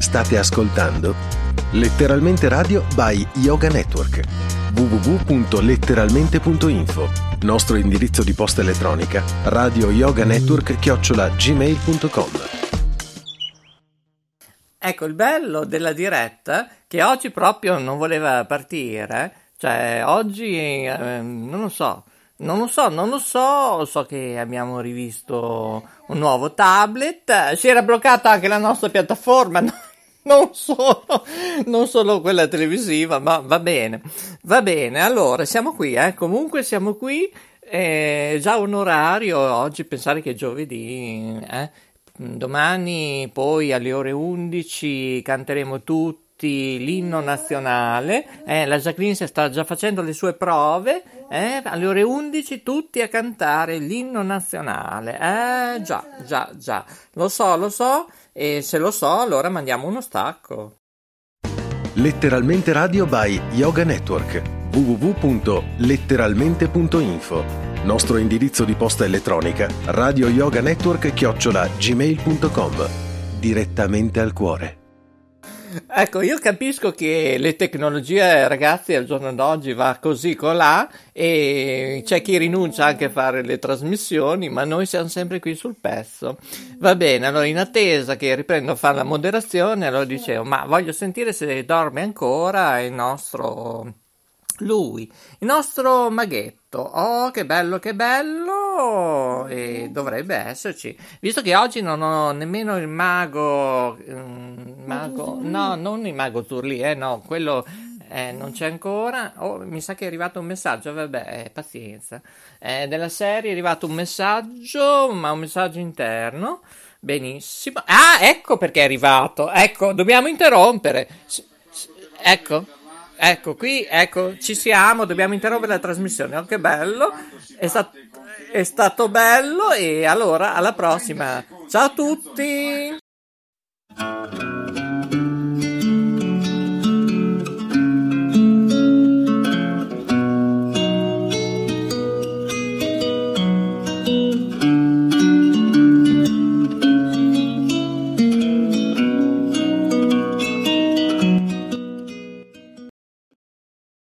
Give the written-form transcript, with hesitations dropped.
State ascoltando Letteralmente Radio by Yoga Network. www.letteralmente.info. Nostro indirizzo di posta elettronica radioyoganetwork@gmail.com. Ecco, il bello della diretta che oggi proprio non voleva partire, cioè oggi non lo so, so che abbiamo rivisto un nuovo tablet, si era bloccata anche la nostra piattaforma, non solo quella televisiva, ma va bene, allora siamo qui, comunque siamo qui, già un orario, oggi pensare che è giovedì, domani poi alle ore 11 canteremo tutti l'inno nazionale, la Jacqueline sta già facendo le sue prove, alle ore 11 tutti a cantare l'inno nazionale, già, lo so, e se lo so allora mandiamo uno stacco. Letteralmente Radio by Yoga Network. www.letteralmente.info. Nostro indirizzo di posta elettronica radioyoganetwork@gmail.com. Direttamente al cuore. Ecco, io capisco che le tecnologie, ragazzi, al giorno d'oggi va così colà e c'è chi rinuncia anche a fare le trasmissioni, ma noi siamo sempre qui sul pezzo. Va bene, allora in attesa che riprenda a fare la moderazione, allora dicevo, ma voglio sentire se dorme ancora il nostro maghetto. Oh, che bello, e dovrebbe esserci, visto che oggi non ho nemmeno il mago, no, non il mago Zurli, no, quello non c'è ancora. Oh, mi sa che è arrivato un messaggio, vabbè, pazienza, della serie è arrivato un messaggio, ma un messaggio interno, benissimo, ecco perché è arrivato, ecco, dobbiamo interrompere, Ecco, qui, ci siamo, dobbiamo interrompere la trasmissione. Oh, che bello, è stato bello, e allora alla prossima. Ciao a tutti!